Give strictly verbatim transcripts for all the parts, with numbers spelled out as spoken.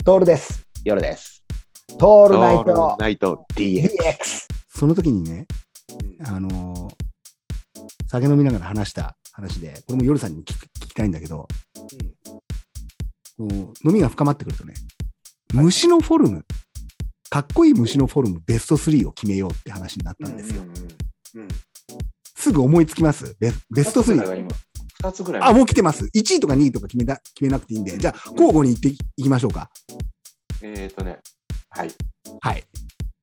トールです。 夜です。 トールナイトナイト ディーエックス。 その時にね、あのー、酒飲みながら話した話で、これも夜さんに聞き、聞きたいんだけど、うん、飲みが深まってくるとね、虫のフォルム、かっこいい虫のフォルムベストスリーを決めようって話になったんですよ。うんうんうん、すぐ思いつきます。 ベ, ベストスリー。 ふたつぐらい。 あ、もう来てます。いちいとかにいとか決めた決めなくていいんで、じゃあ交互にいっていきましょうか。 えーとね、はい。 はい。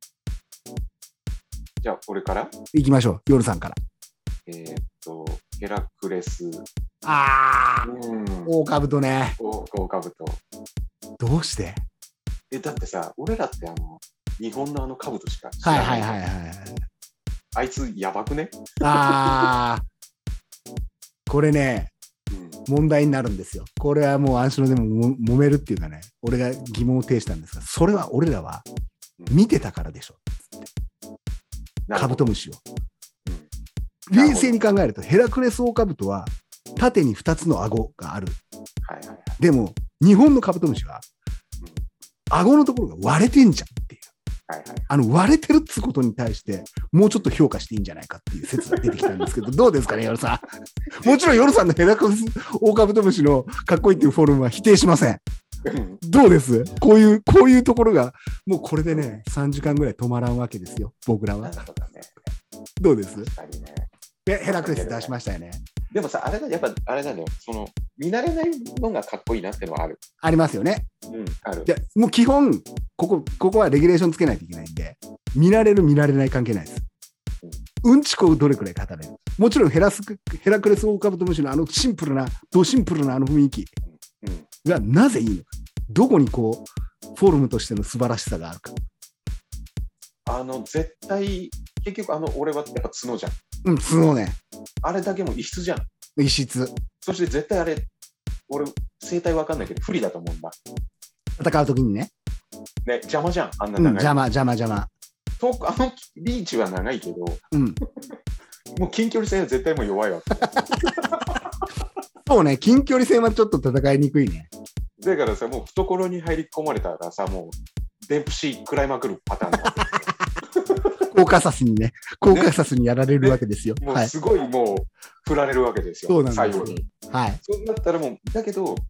じゃあ、俺からいきましょう。夜さんから。 えーと、ヘラクレス。 あー、うん、大兜ね。 大兜。 どうして？ え、だってさ、俺らってあの、日本のあの兜しか知らない。 はいはいはいはい。 あいつやばくね？ あー、これね、うん、問題になるんですよ。これはもう暗証でもも揉めるっていうかね、俺が疑問を呈したんですが、それは俺らは見てたからでしょ。カブトムシを。うん、冷静に考えると、ヘラクレスオオカブトは縦にふたつの顎がある。はいはいはい、でも、日本のカブトムシは、うん、顎のところが割れてんじゃんっていう。はいはい、あの割れてるっつうことに対してもうちょっと評価していいんじゃないかっていう説が出てきたんですけどどうですかね、夜さん。もちろん夜さんのヘラクレスオオカブトムシのかっこいいっていうフォルムは否定しません。どうです？こういうこういうところがもうこれでねさんじかんぐらい止まらんわけですよ、僕らは。どうです？ね、ヘラクレス出しましたよね。 でもさ、あれだ、やっぱあれだね、その見慣れないのがかっこいいなってのはある。 ありますよね。 うん、ある。 でもう基本ここここはレギュレーションつけないといけないんで、見られる見られない関係ないです。うん、うんちこをどれくらい語れる。もちろんヘラスヘラクレスオオカブトムシのあのシンプルなドシンプルなあの雰囲気がなぜいいのか。どこにこうフォルムとしての素晴らしさがあるか。 あの絶対結局あの俺はやっぱ角じゃん。 うん、角ね。 あれだけも異質じゃん。 異質。 そして絶対あれ俺生態わかんないけど不利だと思うんだ。 戦うときにね。 ね、邪魔じゃん、あんな長い、 うん、邪魔邪魔邪魔。 とあのリーチは長いけど、うん、もう近距離戦は絶対もう弱いわけ。 そうね、近距離戦はちょっと戦いにくいね。 だからさ、もう懐に入り込まれたらさ、もうデンプシー食らいまくるパターンだ。 コーカサスにね、コーカサスにやられるわけですよ。 ね、もうすごいもう振られるわけですよ。 そうなんですよ。 最後に。 はい。 そうなったらもうだけど。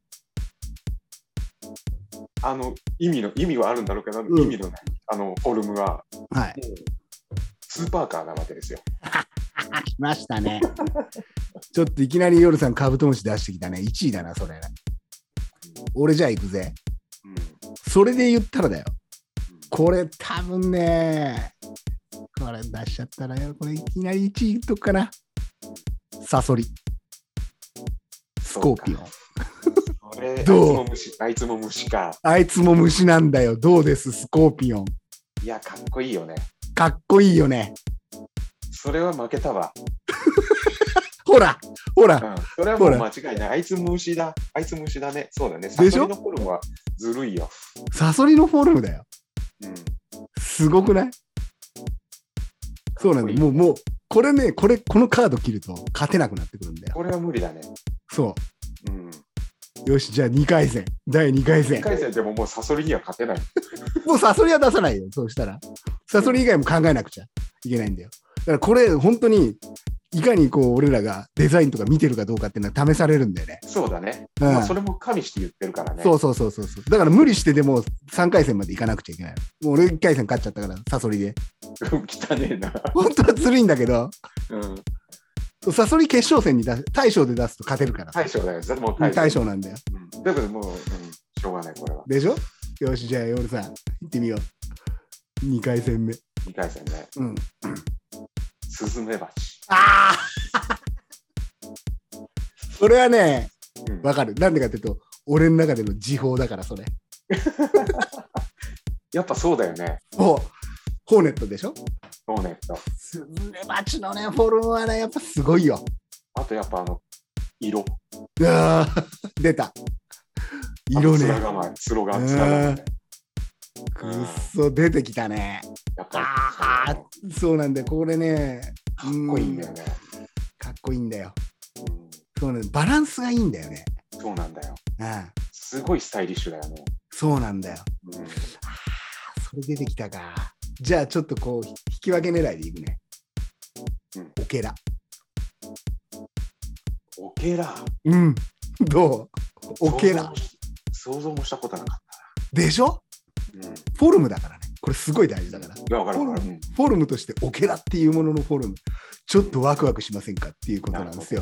あの意味の意味はあるんだろうけど、うん、意味のないあのフォルムは、はい、スーパーカーなわけですよ。 来ましたね。ちょっといきなり夜さんカブトムシ出してきたね。いちいだなそれ。うん、俺じゃあ行くぜ、うん。それで言ったらだよ。うん、これ多分ね、これ出しちゃったらよ。これいきなりいちいいっとくかな。サソリ、スコーピオン。 どう？あいつも虫か。 あいつも虫なんだよ。どうです、スコーピオン。 いや、かっこいいよね。 かっこいいよね。 それは負けたわ。 ほら、ほら、うん。 それはもう間違いない。あいつ虫だ。あいつ虫だね。そうだね。サソリのフォルムはずるいよ。 サソリのフォルムだよ。うん。すごくない？そうなんだよ。もう、もう、これね、これ、このカード切ると勝てなくなってくるんだよ。 これは無理だね。 そう。うん。よし、じゃあにかい戦。だいにかい戦。 にかい戦でももうサソリには勝てない。 もうサソリは出さないよ。そうしたら。サソリ以外も考えなくちゃいけないんだよ。だからこれ、本当に、いかにこう、俺らがデザインとか見てるかどうかっていうのは試されるんだよね。 そうだね。うん、まあ、それも加味して言ってるからね。 そうそうそうそう。だから無理してでもさんかい戦までいかなくちゃいけない。もう俺いっかい戦勝っちゃったから、サソリで。 汚ねえな。 本当はずるいんだけど。うん。サソリ決勝戦に出す、大将で出すと勝てるから。 大将だよ。もう大将。大将なんだよ。 うん、だけどもう、うん、しょうがない、これは。 でしょ？よし、じゃあ、夜さん、行ってみよう。にかい戦目。 にかい戦目。うん。スズメバチ。 ああそれはね、わ、うん、かる。なんでかっていうと、俺の中での時報だから、それ。 やっぱそうだよね。 そう。ホーネットでしょ？ ホーネット。 スズメバチのね、フォルムはね、やっぱすごいよ。 あとやっぱあの、色。 うわ出た。色ね。 スラガマイ、スロガン、スラガマイ。くっそ、出てきたね。 やっぱああ、そうなんだよ。これね。 かっこいいんだよね。 かっこいいんだよ。そうなんだ。バランスがいいんだよね。 そうなんだよ。 ああ、 すごいスタイリッシュだよね。 そうなんだよ。 うん、 それ出てきたか。じゃあちょっとこう引き分け狙いでいくね。うん、オケラ。 オケラ。 うん。どう？オケラ。 想像もしたことなかった。 でしょ？うん、フォルムだからね。これすごい大事だから。 いや、わかるわかる。 フォルムとしてオケラっていうもののフォルム、ちょっとワクワクしませんかっていうことなんですよ。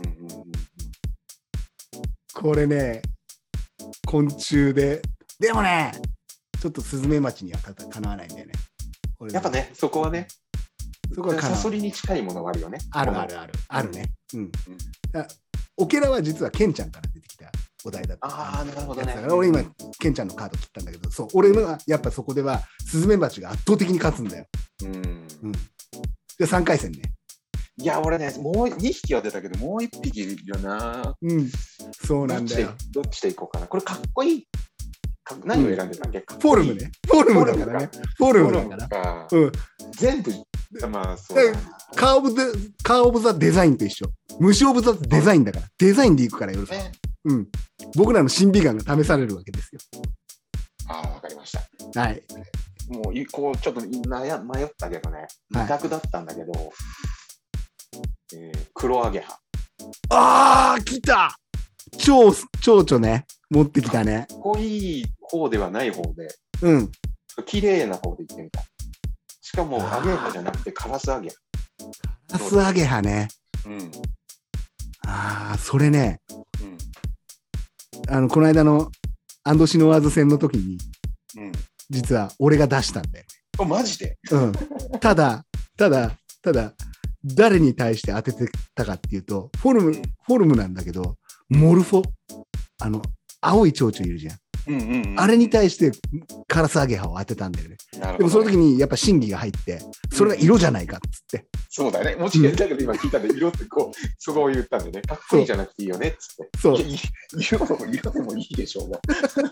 これね、昆虫で、でもね、ちょっとスズメバチにはかなわないんだよね。 やっぱね、そこはね、そこはサソリに近いものがあるよね。 あるあるある、あるね。うん。うん、オケラは実はケンちゃんから出てきたお題だった。 ああ、なるほどね。 俺今、ケンちゃんのカード切ったんだけど、そう、俺はやっぱそこではスズメバチが圧倒的に勝つんだよ。うん。うん。で、さんかい戦ね。 いや、俺ね、もうにひきは出たけど、もういっぴきいるよな。 うん。そうなんだよ。 どっちでいこうかな。これかっこいい。何を選んでたっけ、うん、 フォルムね。フォルムだからね。フォルムだから。うん。 全部、まあそう、ね。 カーオブザ、カーオブザデザインと一緒。虫オブザデザインだから。デザインでいくからよろしく。ね、うん。僕らの審美眼が試されるわけですよ。 ああ、わかりました。 はい。 もう、こう、ちょっと悩迷ったけどね。二択だったんだけど、はい、えー、黒アゲハ。 ああ、来た超、蝶々ね。持ってきたね。 かっこいい方ではない方で、 うん。 綺麗な方でいってみた。しかも、アゲハじゃなくてカラスアゲハ。 カラスアゲハね。 うん。 ああ、それね。うん。あの、この間のアンドシノワーズ戦の時に、うん。実は俺が出したんだよね。 あ、マジで？ うん。ただ、ただ、ただ、誰に対して当ててたかっていうと、フォルム、フォルムなんだけど、モルフォ。あの、青い蝶々いるじゃん。うんうんうん、あれに対してカラスアゲハを当てたんだよね。ね、でもその時にやっぱ審議が入って、それが色じゃないかっつって。うん、 そうだね。もしかしたら今聞いたんで、色ってこう、そこを言ったんでね。かっこいいじゃなくていいよねっつって。そう。色も、色でもいいでしょうが。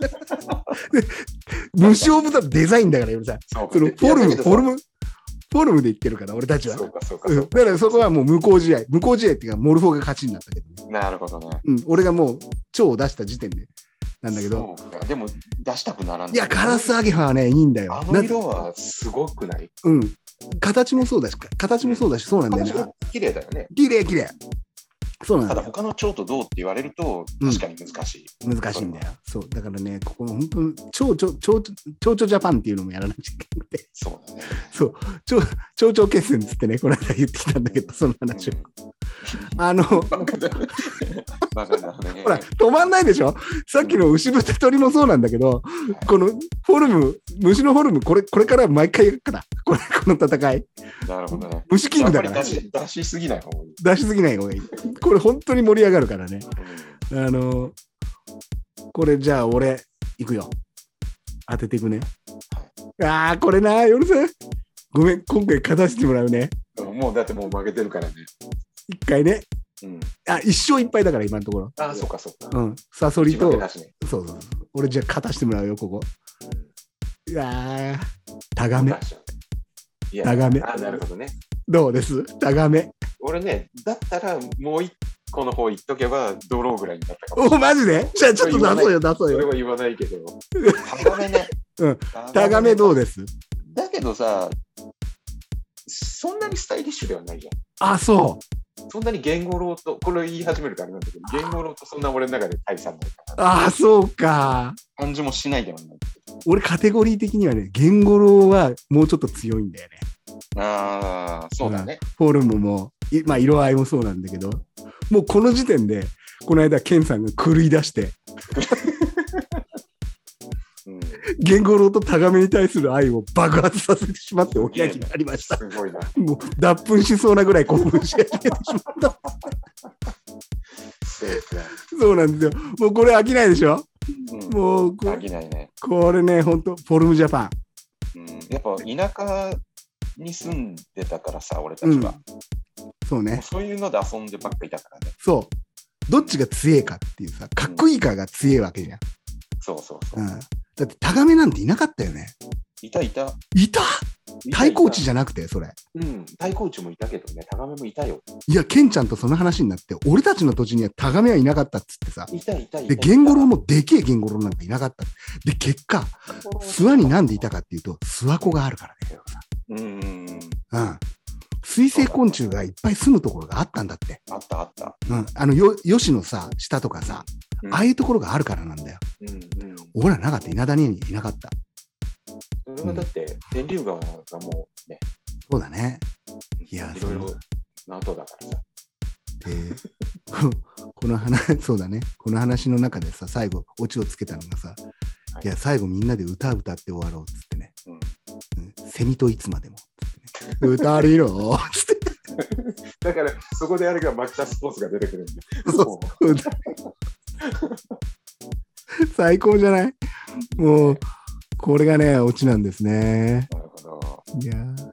無償部だデザインだからよさ。そのフォルム、フォルム、フォルムで言ってるから、俺たちは。 そうか、そうか。だからそこはもう無効試合。無効試合っていうか、モルフォが勝ちになったけどね。なるほどね。 うん。俺がもう、蝶を出した時点で。なんだけど。 そうか。でも、出したくならない。 いや、カラスアゲハはね、いいんだよ。 あの色はすごくない？ うん。形もそうだし、形もそうだし、そうなんだよね。 綺麗だよね。 綺麗、綺麗。そうなんだ。 ただ、他の蝶とどうって言われると、確かに難しい。 うん、難しいんだよ。そう。だからね、ここの本当に、蝶々、蝶々ジャパンっていうのもやらなきゃいけなくて。 そうだね。 そう。蝶々決戦っつってね、この間言ってきたんだけど、その話を。うんあの、ほら、止まんないでしょ。さっきの牛豚鳥もそうなんだけど、このフォルム、虫のフォルム、これ、これから毎回やるから、これ、この戦い。 なるほどね。 虫キングだから。 出し、出しすぎない方がいい。 出しすぎない方がいい。これ、本当に盛り上がるからね。あの、これ、じゃあ、俺、いくよ。当てていくね。ああ、これな、夜さん。ごめん、今回勝たせてもらうね。 もう、だってもう負けてるからね。 一回ね、うん、あ一勝一敗だから今のところ。 ああ、そうかそうか。 うん、サソリと、 ね、 そうそうそう。俺じゃあ勝たしてもらうよここ。うん、いやー、タガメ。タガメ。 あなるほどね。 どうです？タガメ。 俺ね、だったらもう一個の方行っとけばドローぐらいになったかもしれない。 おマジで？じゃあちょっと出そうよ出そうよ。 それは言わないけど。タガメね。 うん。タガメどうです？ だけどさ、そんなにスタイリッシュではないじゃん。あ、そう。 そんなに言語ローと、これ言い始めるとあれなんだけど、言語ローとそんな俺の中で大差ないかな。ああ、そうか。 感じもしないではない。 俺カテゴリー的にはね、言語ローはもうちょっと強いんだよね。 ああ、そうだね。 フォルムも、まあ色合いもそうなんだけど、もうこの時点で、この間、ケンさんが狂い出して、言語ローとタガメに対する愛を爆発させてしまってお開きになりました。 すごいな。 もう脱粉しそうなぐらい興奮し始めてしまった。そうなんですよ。もうこれ飽きないでしょ、うん、もう飽きないね。 これね、ほんと、フォルムジャパン。 うん、やっぱ田舎に住んでたからさ、俺たちは。 うん、そうね。 そういうので遊んでばっかいたからね。 そう。どっちが強いかっていうさ、かっこいいかが強いわけじゃん。うん、 そうそうそう。うんだってタガメなんていなかったよね。 いたいた。 いた太鼓打ちじゃなくて、それ。 うん、太鼓打ちもいたけどね、タガメもいたよ。 いや、ケンちゃんとその話になって、俺たちの土地にはタガメはいなかったっつってさ。 いたいたいた。 で、ゲンゴロウもでけえゲンゴロウなんかいなかった。で、結果、諏訪になんでいたかっていうと、諏訪湖があるからね。 うんうんうん。 うん。水生昆虫がいっぱい住むところがあったんだって。 あったあった。 うん。あの、よ、吉のさ、下とかさ、うん、ああいうところがあるからなんだよ。うんうん。俺らなかった、稲田にいなかった。 それはだって、天竜川がもうね。 そうだね。いや、 いろいろな後だからさ。 で、この話、そうだね。この話の中でさ、最後、オチをつけたのがさ、はい、いや、最後みんなで歌歌って終わろうっつってね。うんうん、セミといつまでも。歌りろつって。 だから、そこであれがマキタスポーツが出てくるんで。 そう最高じゃない？もう、これがね、オチなんですね。 なるほど。 いや